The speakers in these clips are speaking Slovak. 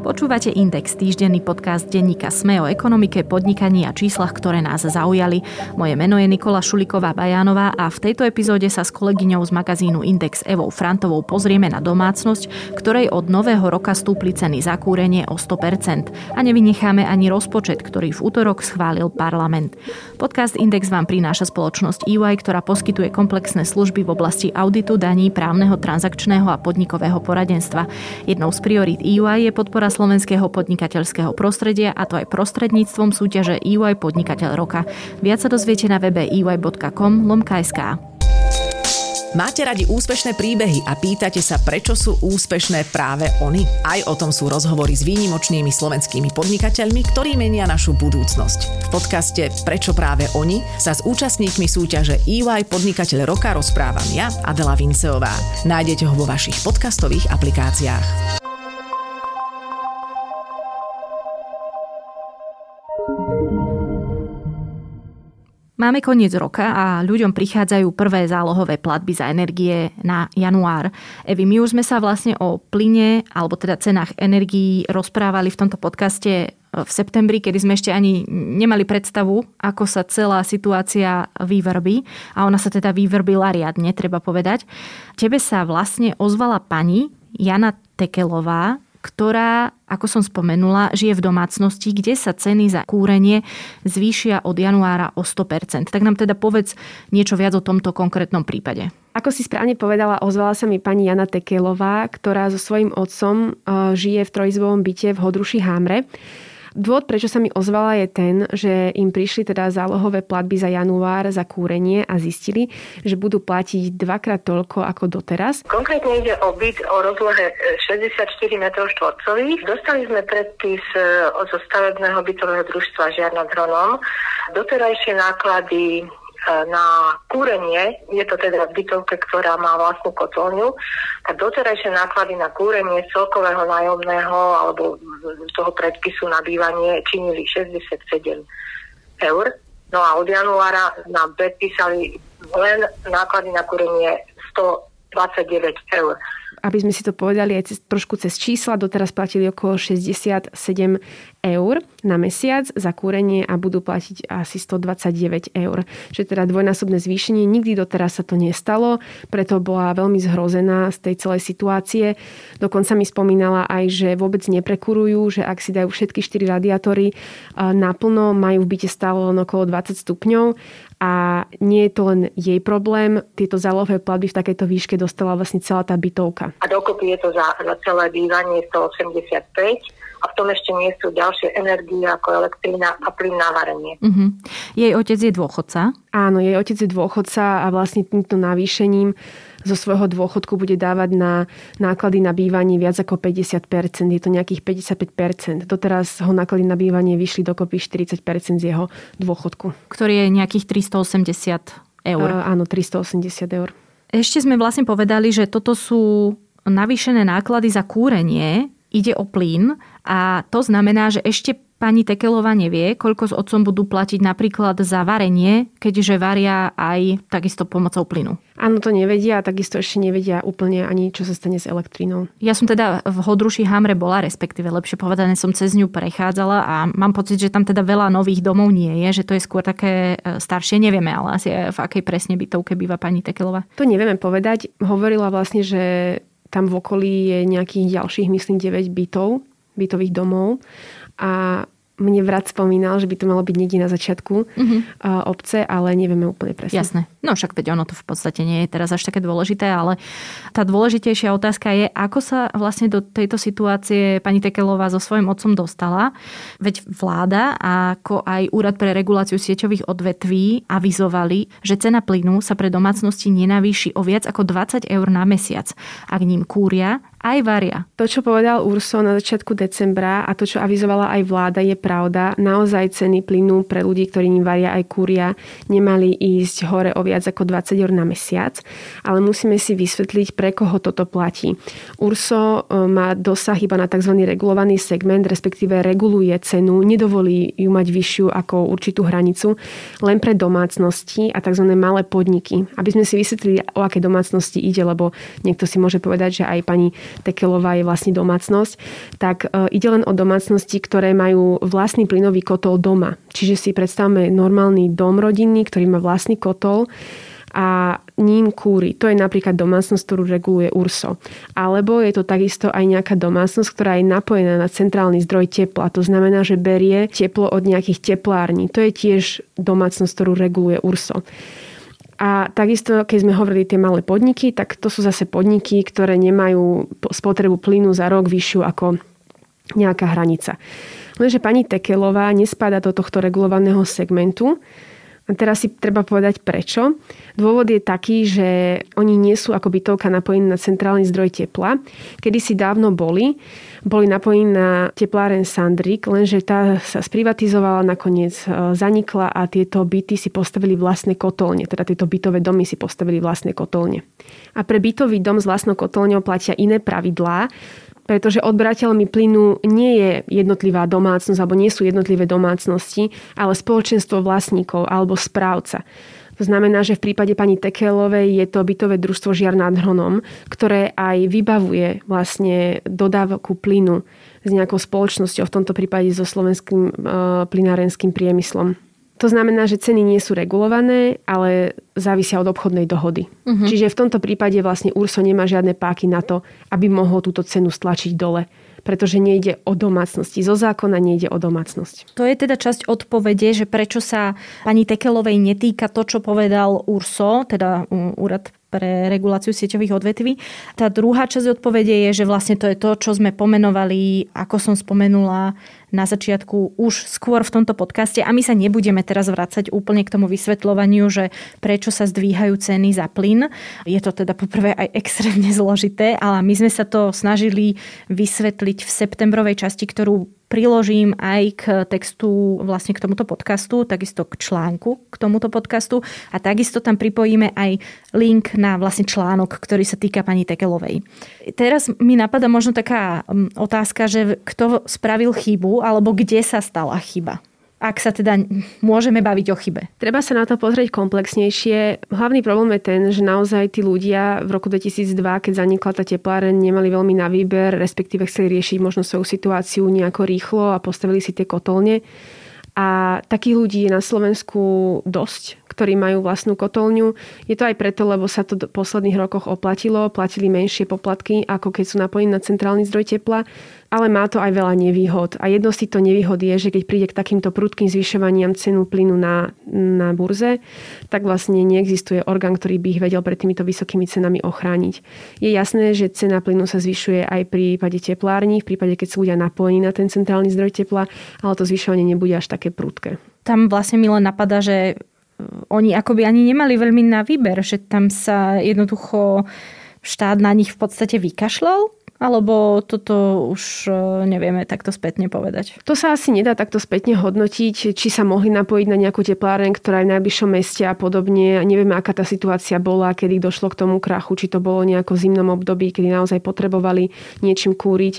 Počúvate Index, týždenný podcast denníka SME o ekonomike, podnikaní a číslach, ktoré nás zaujali. Moje meno je Nikola Šuliková-Bajánová a v tejto epizóde sa s kolegyňou z magazínu Index Evou Frantovou pozrieme na domácnosť, ktorej od nového roka stúpli ceny za kúrenie o 100%. A nevynecháme ani rozpočet, ktorý v utorok schválil parlament. Podcast Index vám prináša spoločnosť EY, ktorá poskytuje komplexné služby v oblasti auditu, daní, právneho, transakčného a podnikového poradenstva. Jednou z priorít EY je podpora slovenského podnikateľského prostredia, a to aj prostredníctvom súťaže EY Podnikateľ roka. Viac sa dozviete na webe ey.com/sk. Máte radi úspešné príbehy a pýtate sa, prečo sú úspešné práve oni? Aj o tom sú rozhovory s výnimočnými slovenskými podnikateľmi, ktorí menia našu budúcnosť. V podcaste Prečo práve oni sa s účastníkmi súťaže EY Podnikateľ roka rozprávam ja, Adela Vinceová. Nájdete ho vo vašich podcastových aplikáciách. Máme koniec roka a ľuďom prichádzajú prvé zálohové platby za energie na január. Evi, my už sme sa vlastne o plyne, alebo teda cenách energií rozprávali v tomto podcaste v septembri, kedy sme ešte ani nemali predstavu, ako sa celá situácia vyvrbí. A ona sa teda vyvrbila riadne, treba povedať. Tebe sa vlastne ozvala pani Jana Tekelová, ktorá, ako som spomenula, žije v domácnosti, kde sa ceny za kúrenie zvýšia od januára o 100%. Tak nám teda povedz niečo viac o tomto konkrétnom prípade. Ako si správne povedala, ozvala sa mi pani Jana Tekelová, ktorá so svojím otcom žije v trojizbovom byte v Hodruši Hámre. Dôvod, prečo sa mi ozvala, je ten, že im prišli teda zálohové platby za január za kúrenie a zistili, že budú platiť dvakrát toľko ako doteraz. Konkrétne ide o byt o rozlohe 64 m2. Dostali sme predpis zo stavebného bytového družstva Žiar nad Hronom. Doterajšie náklady na kúrenie, je to teda v bytovke, ktorá má vlastnú kotolňu, tak doterajšie náklady na kúrenie celkového nájomného alebo toho predpisu na bývanie činili 67 eur. No a od januára nám predpísali len náklady na kúrenie 129 eur. Aby sme si to povedali aj trošku cez čísla, doteraz platili okolo 67 eur na mesiac za kúrenie a budú platiť asi 129 eur. Čiže teda dvojnásobné zvýšenie. Nikdy doteraz sa to nestalo, preto bola veľmi zhrozená z tej celej situácie. Dokonca mi spomínala aj, že vôbec neprekurujú, že ak si dajú všetky 4 radiátory naplno, majú v byte stále len okolo 20 stupňov. A nie je to len jej problém. Tieto zálohové platby v takejto výške dostala vlastne celá tá bytovka. A dokopy je to za celé bývanie 185 a v tom ešte nie sú ďalšie energie ako elektrina a plyn na varenie. Uh-huh. Jej otec je dôchodca? Áno, jej otec je dôchodca a vlastne týmto navýšením zo svojho dôchodku bude dávať na náklady na bývanie viac ako 50%. Je to nejakých 55%. Doteraz ho náklady na bývanie vyšli dokopy 40% z jeho dôchodku. Ktorý je nejakých 380 eur. Áno, 380 eur. Ešte sme vlastne povedali, že toto sú navýšené náklady za kúrenie. Ide o plyn a to znamená, že ešte pani Tekelová nevie, koľko s otcom budú platiť napríklad za varenie, keďže varia aj takisto pomocou plynu. Áno, to nevedia a takisto ešte nevedia úplne ani, čo sa stane s elektrinou. Ja som teda v Hodruši Hámre bola, respektíve lepšie povedané som cez ňu prechádzala a mám pocit, že tam teda veľa nových domov nie je, že to je skôr také staršie, nevieme, ale asi v akej presne bytovke býva pani Tekelová. To nevieme povedať. Hovorila vlastne, že tam v okolí je nejakých ďalších, myslím, 9 bytových domov. A mne brat spomínal, že by to malo byť niekde na začiatku obce, ale nevieme úplne presne. Jasné. No však veď ono to v podstate nie je teraz až také dôležité, ale tá dôležitejšia otázka je, ako sa vlastne do tejto situácie pani Tekelová so svojím otcom dostala. Veď vláda ako aj Úrad pre reguláciu sieťových odvetví avizovali, že cena plynu sa pre domácnosti nenavýši o viac ako 20 eur na mesiac, ak ním kúria aj varia. To, čo povedal Urso na začiatku decembra a to, čo avizovala aj vláda, je pravda. Naozaj ceny plynu pre ľudí, ktorí ním varia aj kúria, nemali ísť hore o viac ako 20 eur na mesiac. Ale musíme si vysvetliť, pre koho toto platí. Urso má dosah iba na tzv. Regulovaný segment, respektíve reguluje cenu, nedovolí ju mať vyššiu ako určitú hranicu, len pre domácnosti a tzv. Malé podniky. Aby sme si vysvetlili, o aké domácnosti ide, lebo niekto si môže povedať, že aj pani Tekelová je vlastne domácnosť, tak ide len o domácnosti, ktoré majú vlastný plynový kotol doma. Čiže si predstavme normálny dom rodinný, ktorý má vlastný kotol a ním kúri. To je napríklad domácnosť, ktorú reguluje URSO. Alebo je to takisto aj nejaká domácnosť, ktorá je napojená na centrálny zdroj tepla. To znamená, že berie teplo od nejakých teplární. To je tiež domácnosť, ktorú reguluje URSO. A takisto, keď sme hovorili tie malé podniky, tak to sú zase podniky, ktoré nemajú spotrebu plynu za rok vyššiu ako nejaká hranica. Lenže pani Tekelová nespadá do tohto regulovaného segmentu. A teraz si treba povedať prečo. Dôvod je taký, že oni nie sú ako bytovka napojení na centrálny zdroj tepla. Kedysi dávno boli napojení na tepláren Sandvik, lenže tá sa sprivatizovala, nakoniec zanikla a tieto byty si postavili vlastné kotolne. Teda tieto bytové domy si postavili vlastné kotolne. A pre bytový dom s vlastnou kotolňou platia iné pravidlá, pretože odberateľmi plynu nie je jednotlivá domácnosť, alebo nie sú jednotlivé domácnosti, ale spoločenstvo vlastníkov alebo správca. To znamená, že v prípade pani Tekelovej je to bytové družstvo Žiar nad Hronom, ktoré aj vybavuje vlastne dodávku plynu s nejakou spoločnosťou, v tomto prípade so slovenským plynárenským priemyslom. To znamená, že ceny nie sú regulované, ale závisia od obchodnej dohody. Čiže v tomto prípade vlastne URSO nemá žiadne páky na to, aby mohol túto cenu stlačiť dole. Pretože nejde o domácnosti. Zo zákona nejde o domácnosť. To je teda časť odpovede, že prečo sa pani Tekelovej netýka to, čo povedal URSO, teda Úrad pre reguláciu sieťových odvetví. Tá druhá časť odpovede je, že vlastne to je to, čo sme pomenovali, ako som spomenula na začiatku už skôr v tomto podcaste. A my sa nebudeme teraz vracať úplne k tomu vysvetľovaniu, že prečo sa zdvíhajú ceny za plyn. Je to teda poprvé aj extrémne zložité, ale my sme sa to snažili vysvetliť v septembrovej časti, ktorú priložím aj k textu vlastne k tomuto podcastu, takisto k článku k tomuto podcastu a takisto tam pripojíme aj link na vlastne článok, ktorý sa týka pani Tekelovej. Teraz mi napadá možno taká otázka, že kto spravil chybu alebo kde sa stala chyba? Ak sa teda môžeme baviť o chybe. Treba sa na to pozrieť komplexnejšie. Hlavný problém je ten, že naozaj tí ľudia v roku 2002, keď zanikla tá tepláreň, nemali veľmi na výber, respektíve chceli riešiť možno svoju situáciu nejako rýchlo a postavili si tie kotolne. A takých ľudí je na Slovensku dosť, ktorí majú vlastnú kotolňu. Je to aj preto, lebo sa to v posledných rokoch oplatilo, platili menšie poplatky, ako keď sú napojení na centrálny zdroj tepla, ale má to aj veľa nevýhod. A jedno z týchto nevýhod je, že keď príde k takýmto prudkým zvyšovaniam cenu plynu na burze, tak vlastne neexistuje orgán, ktorý by ich vedel pred týmito vysokými cenami ochrániť. Je jasné, že cena plynu sa zvyšuje aj pri prípade teplární, v prípade, keď sú ľudia napojení na ten centrálny zdroj tepla, ale to zvyšovanie nebude až také prudké. Tam vlastne mi len napadá, že oni akoby ani nemali veľmi na výber, že tam sa jednoducho štát na nich v podstate vykašľal? Alebo toto už nevieme takto spätne povedať? To sa asi nedá takto spätne hodnotiť, či sa mohli napojiť na nejakú tepláreň, ktorá je v najbližšom meste a podobne. Nevieme, aká tá situácia bola, kedy došlo k tomu krachu, či to bolo nejako v zimnom období, kedy naozaj potrebovali niečím kúriť.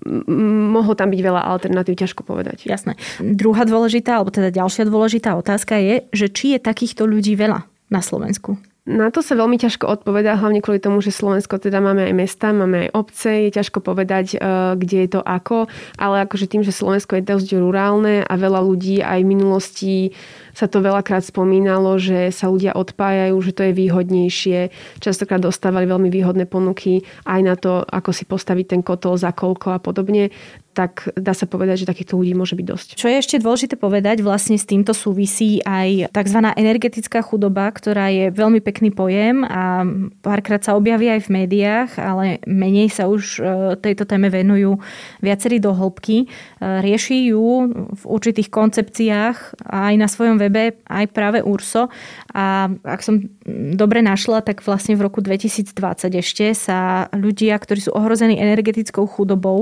Mohlo tam byť veľa alternatív, ťažko povedať. Jasné. Druhá dôležitá, alebo teda ďalšia dôležitá otázka je, že či je takýchto ľudí veľa na Slovensku? Na to sa veľmi ťažko odpovedá, hlavne kvôli tomu, že Slovensko teda máme aj mesta, máme aj obce, je ťažko povedať, kde je to ako, ale akože tým, že Slovensko je dosť rurálne a veľa ľudí aj v minulosti sa to veľakrát spomínalo, že sa ľudia odpájajú, že to je výhodnejšie. Častokrát dostávali veľmi výhodné ponuky aj na to, ako si postaviť ten kotol, za koľko a podobne. Tak dá sa povedať, že takýchto ľudí môže byť dosť. Čo je ešte dôležité povedať, vlastne s týmto súvisí aj tzv. Energetická chudoba, ktorá je veľmi pekný pojem a párkrát sa objaví aj v médiách, ale menej sa už tejto téme venujú viacerí do hĺbky. Rieši ju v určitých koncepciách aj na svojom webe aj práve URSO a ak som dobre našla, tak vlastne v roku 2020 ešte sa ľudia, ktorí sú ohrození energetickou chudobou,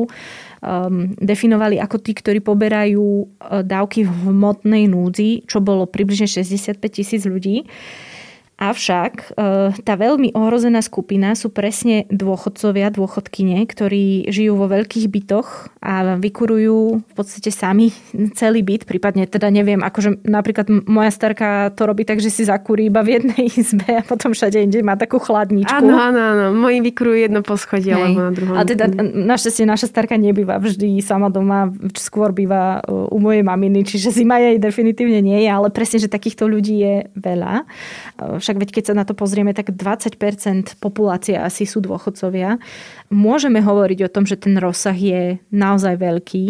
definovali ako tí, ktorí poberajú dávky v hmotnej núdzi, čo bolo približne 65 000 ľudí. Avšak tá veľmi ohrozená skupina sú presne dôchodcovia, dôchodkyne, ktorí žijú vo veľkých bytoch a vykurujú v podstate sami celý byt. Prípadne teda neviem, akože napríklad moja starka to robí tak, že si zakúri iba v jednej izbe a potom všade inde má takú chladničku. Áno. Moji vykurujú jedno poschodie, alebo na druhom. A teda našťastie naša starka nebýva vždy sama doma, skôr býva u mojej maminy, čiže zima jej definitívne nie je, ale presne, že takýchto ľudí je veľa. Však veď keď sa na to pozrieme, tak 20% populácie asi sú dôchodcovia. Môžeme hovoriť o tom, že ten rozsah je naozaj veľký,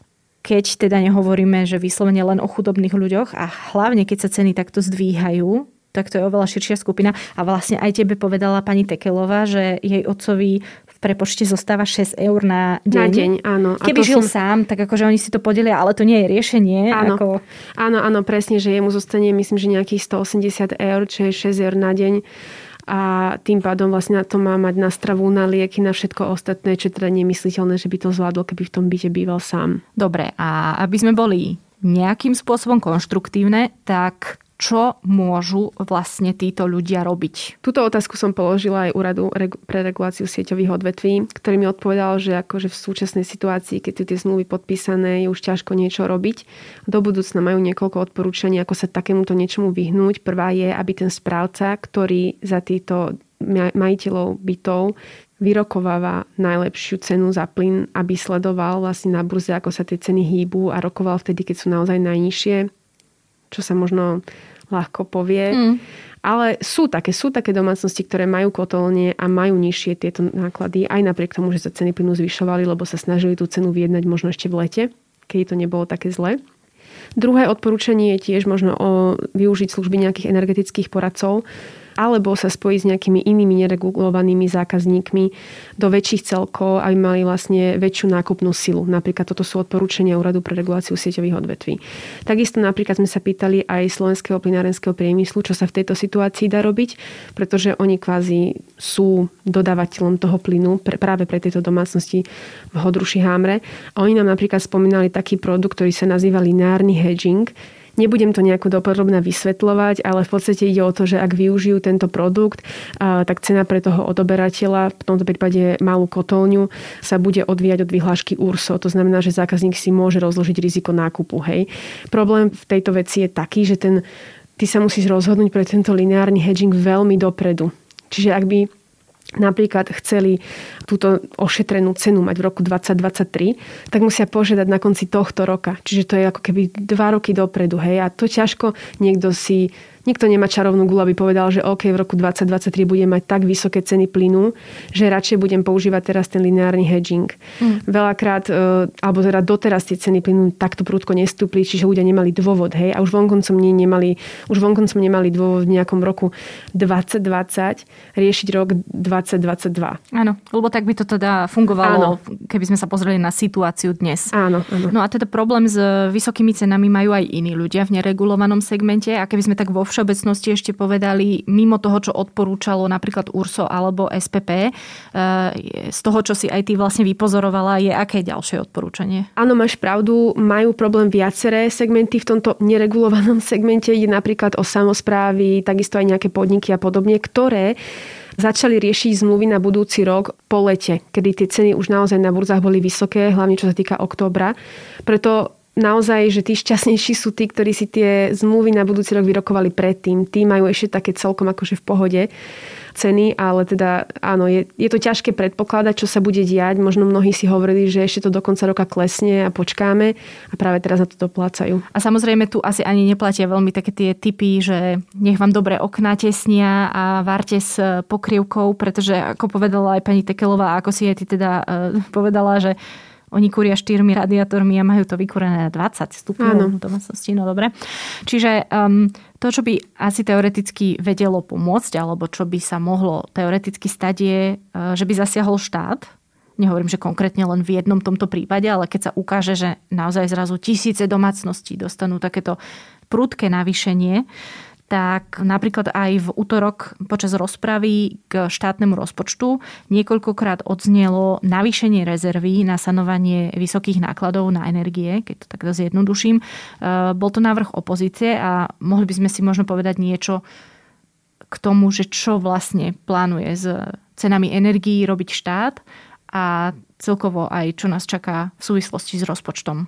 keď teda nehovoríme, že vyslovene len o chudobných ľuďoch a hlavne keď sa ceny takto zdvíhajú, tak to je oveľa širšia skupina. A vlastne aj tebe povedala pani Tekelová, že jej otcovi v prepočte zostáva 6 eur na deň. Na deň, áno. Keby žil sám, tak akože oni si to podelia, ale to nie je riešenie. Áno, presne, že jemu zostane, myslím, že nejakých 180 eur, čo je 6 eur na deň. A tým pádom vlastne na to má mať na stravu, na lieky, na všetko ostatné, čo teda nemysliteľné, že by to zvládol, keby v tom byte býval sám. Dobre, a aby sme boli nejakým spôsobom konštruktívne, tak čo môžu vlastne títo ľudia robiť? Túto otázku som položila aj Úradu pre reguláciu sieťových odvetví, ktorý mi odpovedal, že akože v súčasnej situácii, keď sú tie zmluvy podpísané, je už ťažko niečo robiť. Do budúcna majú niekoľko odporúčaní, ako sa takémuto niečomu vyhnúť. Prvá je, aby ten správca, ktorý za týchto majiteľov bytov vyrokováva najlepšiu cenu za plyn, aby sledoval vlastne na burze, ako sa tie ceny hýbu a rokoval vtedy, keď sú naozaj najnižšie, čo sa možno ľahko povie. Ale sú také domácnosti, ktoré majú kotolne a majú nižšie tieto náklady, aj napriek tomu, že sa ceny plynu zvyšovali, lebo sa snažili tú cenu vyjednať možno ešte v lete, keď to nebolo také zle. Druhé odporúčanie je tiež možno využiť služby nejakých energetických poradcov, alebo sa spojiť s nejakými inými neregulovanými zákazníkmi do väčších celkov, aby mali vlastne väčšiu nákupnú silu. Napríklad toto sú odporúčania Úradu pre reguláciu sieťových odvetví. Takisto napríklad sme sa pýtali aj slovenského plynárenského priemyslu, čo sa v tejto situácii dá robiť, pretože oni kvázi sú dodávateľom toho plynu práve pre tieto domácnosti v Hodruši Hámre. A oni nám napríklad spomínali taký produkt, ktorý sa nazýva lineárny hedging. Nebudem to nejako dopodrobne vysvetľovať, ale v podstate ide o to, že ak využijú tento produkt, tak cena pre toho odoberateľa, v tomto prípade malú kotolňu, sa bude odvíjať od vyhlášky URSO. To znamená, že zákazník si môže rozložiť riziko nákupu. Hej. Problém v tejto veci je taký, že ty sa musíš rozhodnúť pre tento lineárny hedging veľmi dopredu. Čiže ak by napríklad chceli túto ošetrenú cenu mať v roku 2023, tak musia požiadať na konci tohto roka. Čiže to je ako keby 2 roky dopredu. Hej? A to ťažko nikto nemá čarovnú guľu, aby povedal, že OK, v roku 2023 budem mať tak vysoké ceny plynu, že radšej budem používať teraz ten lineárny hedging. Veľakrát, alebo teda doteraz tie ceny plynu takto prudko nestúpli, čiže ľudia nemali dôvod. Hej? A už vonkoncom nemali dôvod v nejakom roku 2020 riešiť rok 2022. Áno, lebo tak by to teda fungovalo, keby sme sa pozreli na situáciu dnes. Áno. No a teda problém s vysokými cenami majú aj iní ľudia v neregulovanom segmente. A keby sme tak vo všeobecnosti ešte povedali, mimo toho, čo odporúčalo napríklad URSO alebo SPP, z toho, čo si aj ty vlastne vypozorovala, je aké ďalšie odporúčanie? Áno, máš pravdu, majú problém viaceré segmenty v tomto neregulovanom segmente. Ide napríklad o samosprávy, takisto aj nejaké podniky a podobne, ktoré začali riešiť zmluvy na budúci rok po lete, kedy tie ceny už naozaj na burzách boli vysoké, hlavne čo sa týka októbra. Preto naozaj, že tí šťastnejší sú tí, ktorí si tie zmluvy na budúci rok vyrokovali predtým. Tí majú ešte také celkom akože v pohode ceny, ale teda áno, je to ťažké predpokladať, čo sa bude diať. Možno mnohí si hovorili, že ešte to do konca roka klesne a počkáme a práve teraz na to doplácajú. A samozrejme tu asi ani neplatia veľmi také tie tipy, že nech vám dobre okná tesnia a várte s pokrývkou, pretože ako povedala aj pani Tekelová, ako si aj ty teda povedala, že oni kúria 4 radiátormi a majú to vykúrené na 20 stupňov domácnosti. No dobre. Čiže to, čo by asi teoreticky vedelo pomôcť, alebo čo by sa mohlo teoreticky stať, je, že by zasiahol štát. Nehovorím, že konkrétne len v jednom tomto prípade, ale keď sa ukáže, že naozaj zrazu tisíce domácností dostanú takéto prudké navýšenie, tak napríklad aj v utorok počas rozpravy k štátnemu rozpočtu niekoľkokrát odznelo navýšenie rezervy na sanovanie vysokých nákladov na energie, keď to takto zjednoduším. Bol to návrh opozície a mohli by sme si možno povedať niečo k tomu, že čo vlastne plánuje s cenami energií robiť štát a celkovo aj čo nás čaká v súvislosti s rozpočtom.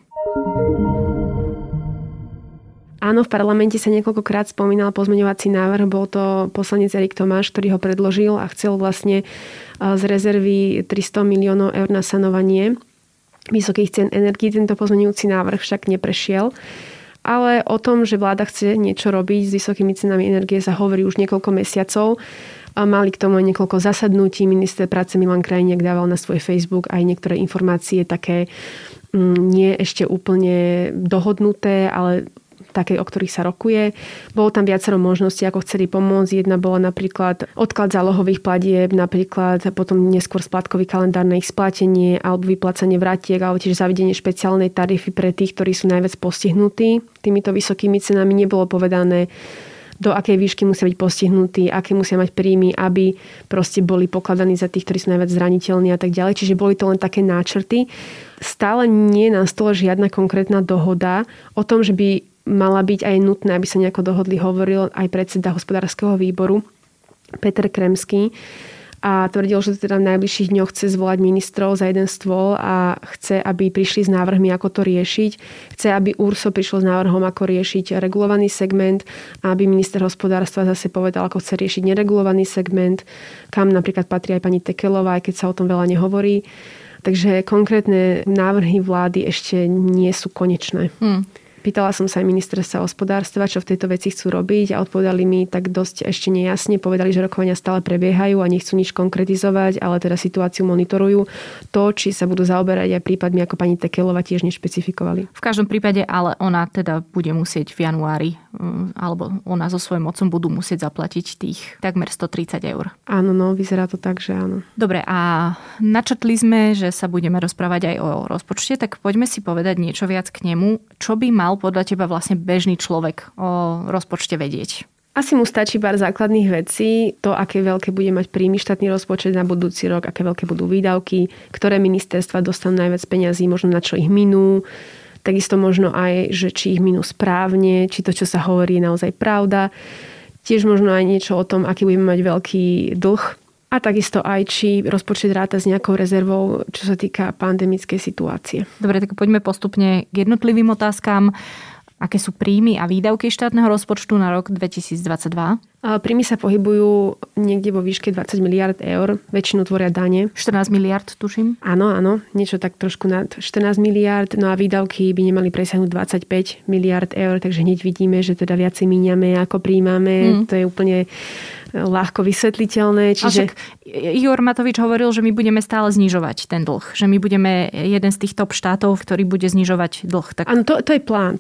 Áno, v parlamente sa niekoľkokrát spomínal pozmeňovací návrh, bol to poslanec Erik Tomáš, ktorý ho predložil a chcel vlastne z rezervy 300 miliónov eur na sanovanie vysokých cien energií. Tento pozmeňujúci návrh však neprešiel. Ale o tom, že vláda chce niečo robiť s vysokými cenami energie, sa hovorí už niekoľko mesiacov. Mali k tomu aj niekoľko zasadnutí. Minister práce Milan Krajniak dával na svoj Facebook aj niektoré informácie také nie ešte úplne dohodnuté, ale také, o ktorých sa rokuje. Bolo tam viacero možností, ako chceli pomôcť. Jedna bola napríklad odklad zálohových platieb, napríklad potom neskôr splátkový kalendár na ich splatenie alebo vyplácanie vratiek, alebo tiež zavedenie špeciálnej tarify pre tých, ktorí sú najviac postihnutí týmito vysokými cenami. Nebolo povedané, do akej výšky musia byť postihnutí, aké musia mať príjmy, aby proste boli pokladaní za tých, ktorí sú najviac zraniteľní a tak ďalej. Čiže boli to len také náčrty. Stále nie je na stole žiadna konkrétna dohoda o tom, že by mala byť aj nutné, aby sa nejako dohodli, hovoril aj predseda hospodárskeho výboru Peter Kremský a tvrdil, že teda v najbližších dňoch chce zvolať ministrov za jeden stôl a chce, aby prišli s návrhmi, ako to riešiť. Chce, aby URSO prišlo s návrhom, ako riešiť regulovaný segment a aby minister hospodárstva zase povedal, ako chce riešiť neregulovaný segment, kam napríklad patrí aj pani Tekelová, aj keď sa o tom veľa nehovorí. Takže konkrétne návrhy vlády ešte nie sú konečné. Pýtala som sa aj ministerstva hospodárstva, čo v tejto veci chcú robiť a odpovedali mi tak dosť ešte nejasne. Povedali, že rokovania stále prebiehajú a nechcú nič konkretizovať, ale teda situáciu monitorujú. To, či sa budú zaoberať aj prípadmi ako pani Tekelová, tiež nešpecifikovali. V každom prípade, ale ona teda bude musieť v januári, alebo ona so svojím otcom budú musieť zaplatiť tých takmer 130 eur. Áno, no, vyzerá to tak, že áno. Dobre, a načrtli sme, že sa budeme rozprávať aj o rozpočte, tak poďme si povedať niečo viac k nemu. Čo by mal podľa teba vlastne bežný človek o rozpočte vedieť? Asi mu stačí pár základných vecí, to, aké veľké bude mať príjmy štátny rozpočet na budúci rok, aké veľké budú výdavky, ktoré ministerstva dostanú najviac peňazí, možno na čo ich minú, takisto možno aj, že či ich minú správne, či to, čo sa hovorí, je naozaj pravda. Tiež možno aj niečo o tom, aký budeme mať veľký dlh a takisto aj, či rozpočet ráta s nejakou rezervou, čo sa týka pandemickej situácie. Dobre, tak poďme postupne k jednotlivým otázkam. Aké sú príjmy a výdavky štátneho rozpočtu na rok 2022? Príjmy sa pohybujú niekde vo výške 20 miliard eur. Väčšinu tvoria dane. 14 miliard, tuším. Áno, niečo tak trošku nad 14 miliard. No a výdavky by nemali presiahnuť 25 miliard eur, takže hneď vidíme, že teda viacej míňame, ako príjmame. To je úplne ľahko vysvetliteľné. Čiže Igor Matovič hovoril, že my budeme stále znižovať ten dlh. Že my budeme jeden z tých top štátov, ktorý bude znižovať dlh. Tak... Áno, to je plán.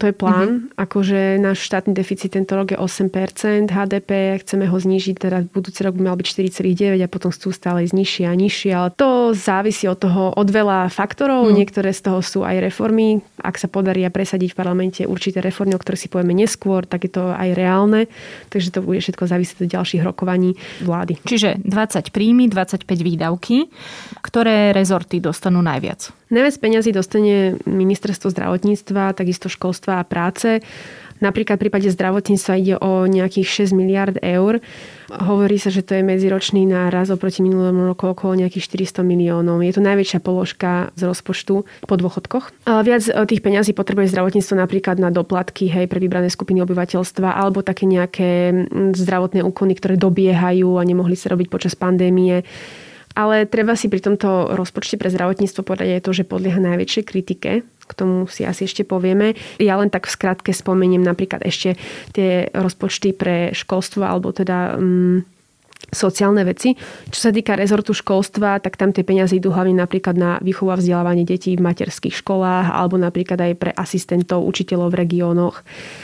Akože náš štátny deficit tento rok je 8% HDP. Chceme ho znížiť, teda budúci rok by mal byť 4,9 a potom sú stále nižšie a nižšie. Ale to závisí od veľa faktorov. Niektoré z toho sú aj reformy. Ak sa podarí presadiť v parlamente určité reformy, o ktorých si povieme neskôr, tak je to aj reálne. Takže to bude všetko závisieť od ďalších rokovaní vlády. Čiže 20 príjmy, 25 výdavky. Ktoré rezorty dostanú najviac? Najviac peňazí dostane ministerstvo zdravotníctva, takisto školstva a práce. Napríklad v prípade zdravotníctva ide o nejakých 6 miliard eur. Hovorí sa, že to je medziročný náraz oproti minulému roku okolo nejakých 400 miliónov. Je to najväčšia položka z rozpočtu po dôchodkoch. Ale viac tých peňazí potrebuje zdravotníctvo napríklad na doplatky pre vybrané skupiny obyvateľstva alebo také nejaké zdravotné úkony, ktoré dobiehajú a nemohli sa robiť počas pandémie. Ale treba si pri tomto rozpočte pre zdravotníctvo povedať aj to, že podlieha najväčšej kritike. K tomu si asi ešte povieme. Ja len tak v skratke spomeniem napríklad ešte tie rozpočty pre školstvo alebo teda sociálne veci. Čo sa týka rezortu školstva, tak tam tie peniaze idú hlavne napríklad na výchovu a vzdelávanie detí v materských školách alebo napríklad aj pre asistentov, učiteľov v regiónoch.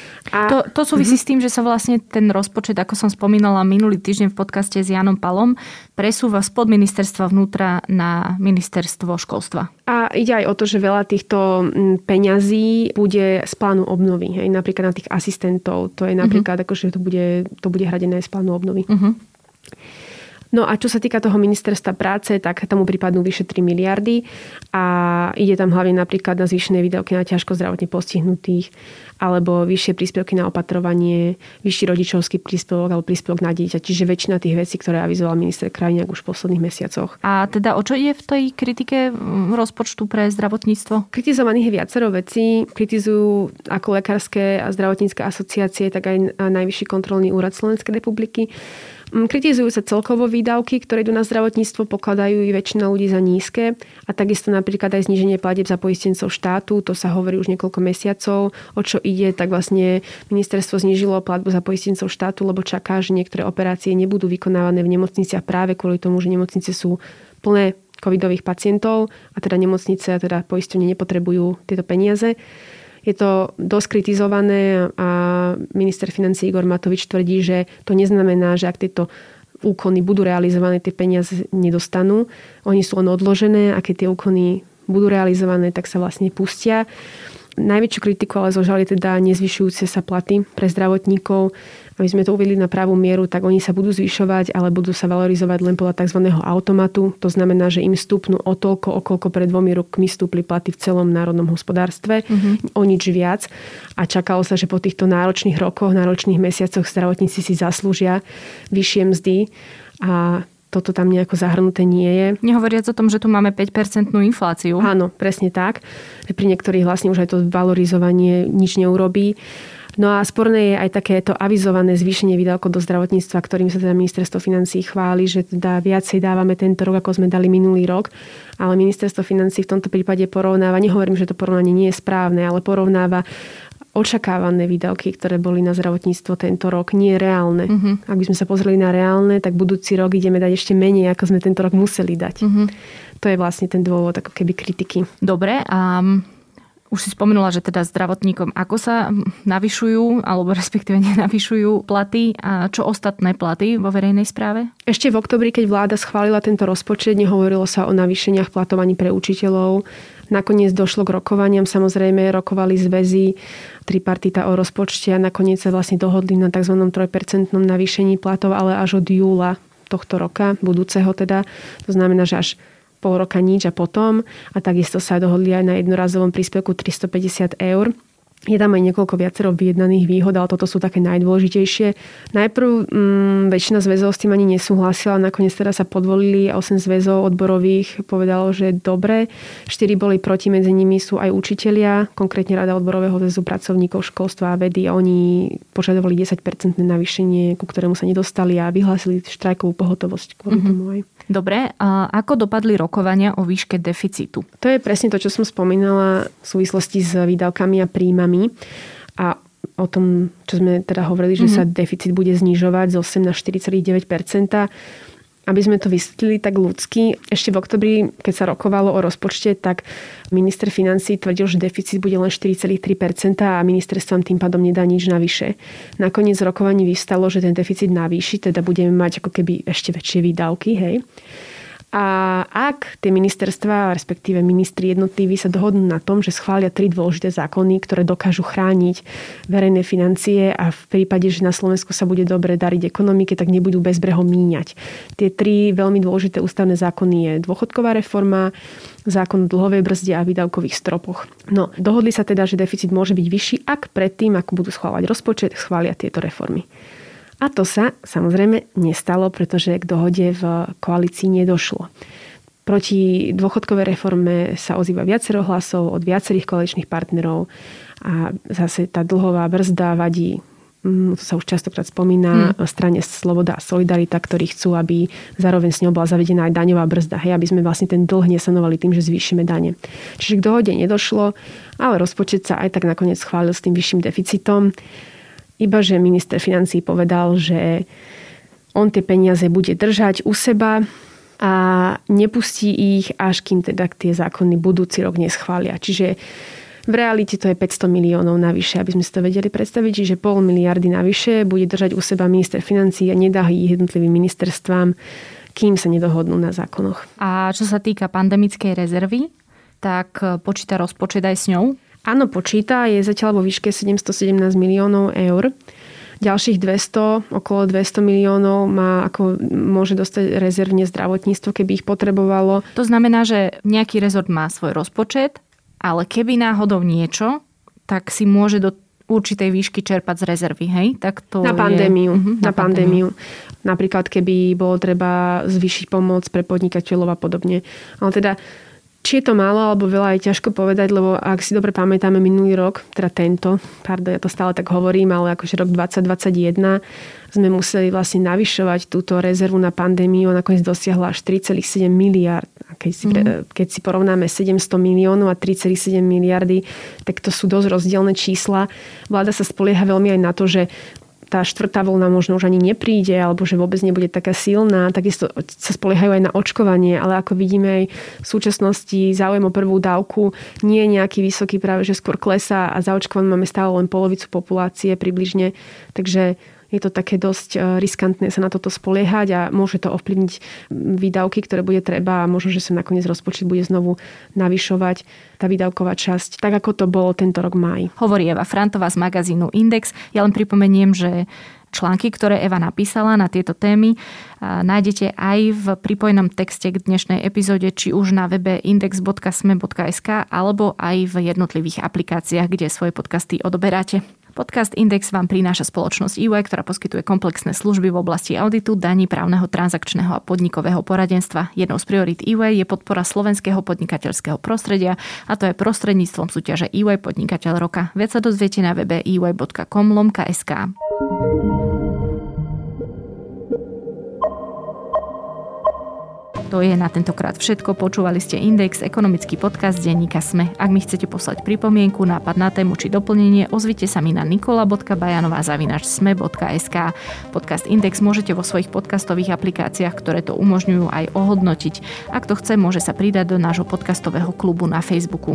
To súvisí s tým, že sa vlastne ten rozpočet, ako som spomínala minulý týždeň v podcaste s Jánom Palom, presúva spod ministerstva vnútra na ministerstvo školstva. A ide aj o to, že veľa týchto peňazí bude z plánu obnovy. Hej, napríklad na tých asistentov. To je napríklad, akože to bude hradené z plánu obnovy. No a čo sa týka toho ministerstva práce, tak tomu pripadnú vyše 3 miliardy a ide tam hlavne napríklad na zvýšené výdavky na ťažko zdravotne postihnutých alebo vyššie príspevky na opatrovanie, vyšší rodičovský príspevok alebo príspevok na dieťa. Čiže väčšina tých vecí, ktoré avizoval minister Krajniak už v posledných mesiacoch. A teda o čo ide v tej kritike rozpočtu pre zdravotníctvo? Kritizovaných je viacero vecí. Kritizujú ako lekárske a zdravotnícke asociácie, tak aj Najvyšší kontrolný úrad Slovenskej republiky. Kritizujú sa celkovo výdavky, ktoré idú na zdravotníctvo, pokladajú i väčšina ľudí za nízke a takisto napríklad aj zníženie platieb za poistencov štátu, to sa hovorí už niekoľko mesiacov. O čo ide, tak vlastne ministerstvo znížilo platbu za poistencov štátu, lebo čaká, že niektoré operácie nebudú vykonávané v nemocniciach práve kvôli tomu, že nemocnice sú plné covidových pacientov a teda nemocnice a teda poisťovne nepotrebujú tieto peniaze. Je to dosť kritizované a minister financií Igor Matovič tvrdí, že to neznamená, že ak tieto úkony budú realizované, tie peniaze nedostanú. Oni sú len odložené a keď tie úkony budú realizované, tak sa vlastne pustia. Najväčšiu kritiku ale zožali teda nezvyšujúce sa platy pre zdravotníkov. Aby sme to uvedli na pravú mieru, tak oni sa budú zvyšovať, ale budú sa valorizovať len podľa tzv. Automatu. To znamená, že im stúpnú o toľko, o koľko pred 2 rokmi stúpli platy v celom národnom hospodárstve. O nič viac. A čakalo sa, že po týchto náročných rokoch, náročných mesiacoch zdravotníci si zaslúžia vyššie mzdy a toto tam nejako zahrnuté nie je. Nehovoriac o tom, že tu máme 5% infláciu. Áno, presne tak. Pri niektorých vlastne už aj to valorizovanie nič neurobí. No a sporné je aj takéto avizované zvýšenie výdavkov do zdravotníctva, ktorým sa teda ministerstvo financií chváli, že teda viacej dávame tento rok, ako sme dali minulý rok. Ale ministerstvo financií v tomto prípade porovnáva, nehovorím, že to porovnanie nie je správne, ale porovnáva očakávané výdavky, ktoré boli na zdravotníctvo tento rok, nie reálne. Ak by sme sa pozreli na reálne, tak budúci rok ideme dať ešte menej, ako sme tento rok museli dať. To je vlastne ten dôvod ako keby kritiky. Dobre, a už si spomenula, že teda zdravotníkom ako sa navyšujú, alebo respektíve nenavyšujú platy a čo ostatné platy vo verejnej správe? Ešte v oktobri, keď vláda schválila tento rozpočet, nehovorilo sa o navýšeniach platov ani pre učiteľov. Nakoniec došlo k rokovaniam, samozrejme rokovali zväzy tripartita o rozpočte a nakoniec sa vlastne dohodli na tzv. 3% navýšení platov, ale až od júla tohto roka, budúceho teda. To znamená, že až pol roka nič a potom. A takisto sa dohodli aj na jednorazovom príspevku 350 €. Je tam aj niekoľko viacero vyjednaných výhod, ale toto sú také najdôležitejšie. Najprv väčšina zväzov s tým ani nesúhlasila, nakoniec teda sa podvolili a 8 zväzov odborových povedalo, že dobre. 4 boli proti, medzi nimi sú aj učitelia, konkrétne Rada odborového zväzu pracovníkov školstva a vedy. Oni požadovali 10% navýšenie, ku ktorému sa nedostali a vyhlásili štrajkovú pohotovosť kvôli tomu aj. Dobre, a ako dopadli rokovania o výške deficitu? To je presne to, čo som spomínala v súvislosti s výdavkami a príjmami. A o tom, čo sme teda hovorili, že sa deficit bude znižovať z 8 na 4,9%. Aby sme to vysvetlili tak ľudsky, ešte v oktobri, keď sa rokovalo o rozpočte, tak minister financií tvrdil, že deficit bude len 4,3% a ministerstvám tým pádom nedá nič navyše. Nakoniec rokovaní vyvstalo, že ten deficit navýši, teda budeme mať ako keby ešte väčšie výdavky, hej. A ak tie ministerstvá, respektíve ministri jednotliví sa dohodnú na tom, že schvália 3 dôležité zákony, ktoré dokážu chrániť verejné financie a v prípade, že na Slovensku sa bude dobre dariť ekonomike, tak nebudú bezbreho míňať. Tie 3 veľmi dôležité ústavné zákony je dôchodková reforma, zákon o dlhovej brzde a výdavkových stropoch. No, dohodli sa teda, že deficit môže byť vyšší, ak predtým, ako budú schváľovať rozpočet, schvália tieto reformy. A to sa samozrejme nestalo, pretože k dohode v koalícii nedošlo. Proti dôchodkovej reforme sa ozýva viacero hlasov od viacerých koaličných partnerov a zase tá dlhová brzda vadí, to sa už častokrát spomína, strane Sloboda a Solidarita, ktorí chcú, aby zároveň s ňou bola zavedená aj daňová brzda, hej, aby sme vlastne ten dlh nesanovali tým, že zvýšime dane. Čiže k dohode nedošlo, ale rozpočet sa aj tak nakoniec schválil s tým vyšším deficitom. Iba že minister financií povedal, že on tie peniaze bude držať u seba a nepustí ich, až kým teda tie zákony budúci rok neschvália. Čiže v realite to je 500 miliónov navyše, aby sme si to vedeli predstaviť. Čiže 0,5 miliardy navyše bude držať u seba minister financií a nedá ich jednotlivým ministerstvám, kým sa nedohodnú na zákonoch. A čo sa týka pandemickej rezervy, tak počíta rozpočet aj s ňou? Áno, počíta, je zatiaľ vo výške 717 miliónov eur. ďalších okolo 200 miliónov môže dostať rezervne zdravotníctvo, keby ich potrebovalo. To znamená, že nejaký rezort má svoj rozpočet, ale keby náhodou niečo, tak si môže do určitej výšky čerpať z rezervy, hej? Tak to na pandémiu. Na pandémiu. Napríklad, keby bolo treba zvýšiť pomoc pre podnikateľov a podobne. Ale teda, či je to málo alebo veľa, je ťažko povedať, lebo ak si dobre pamätáme minulý rok, teda ja to stále tak hovorím, ale akože rok 2021 sme museli vlastne navyšovať túto rezervu na pandémiu a nakoniec dosiahla až 3,7 miliárd. Keď si porovnáme 700 miliónov a 3,7 miliardy, tak to sú dosť rozdielne čísla. Vláda sa spolieha veľmi aj na to, že tá štvrtá vlna možno už ani nepríde, alebo že vôbec nebude taká silná. Takisto sa spoliehajú aj na očkovanie, ale ako vidíme aj v súčasnosti záujem o prvú dávku nie je nejaký vysoký, práve že skôr klesá a zaočkovaní máme stále len polovicu populácie približne. Takže je to také dosť riskantné sa na toto spoliehať a môže to ovplyvniť výdavky, ktoré bude treba a možno, že sa nakoniec rozpočet bude znovu navyšovať, tá výdavková časť, tak ako to bolo tento rok v máji. Hovorí Eva Frantová z magazínu Index. Ja len pripomeniem, že články, ktoré Eva napísala na tieto témy, nájdete aj v pripojenom texte k dnešnej epizóde, či už na webe index.sme.sk alebo aj v jednotlivých aplikáciách, kde svoje podcasty odoberáte. Podcast Index vám prináša spoločnosť EY, ktorá poskytuje komplexné služby v oblasti auditu, daní, právneho, transakčného a podnikového poradenstva. Jednou z priorít EY je podpora slovenského podnikateľského prostredia, a to je prostredníctvom súťaže EY Podnikateľ roka. Viac sa dozviete na webe ey.com/sk. To je na tentokrát všetko. Počúvali ste Index, ekonomický podcast denníka SME. Ak mi chcete poslať pripomienku, nápad na tému či doplnenie, ozvite sa mi na nikola.bajanová@sme.sk. Podcast Index môžete vo svojich podcastových aplikáciách, ktoré to umožňujú, aj ohodnotiť. Ak to chce, môže sa pridať do nášho podcastového klubu na Facebooku.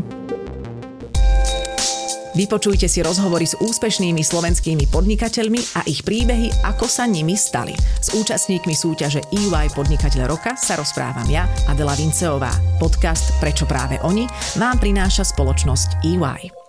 Vypočujte si rozhovory s úspešnými slovenskými podnikateľmi a ich príbehy, ako sa nimi stali. S účastníkmi súťaže EY Podnikateľ roka sa rozprávam ja, Adela Vinceová. Podcast Prečo práve oni vám prináša spoločnosť EY.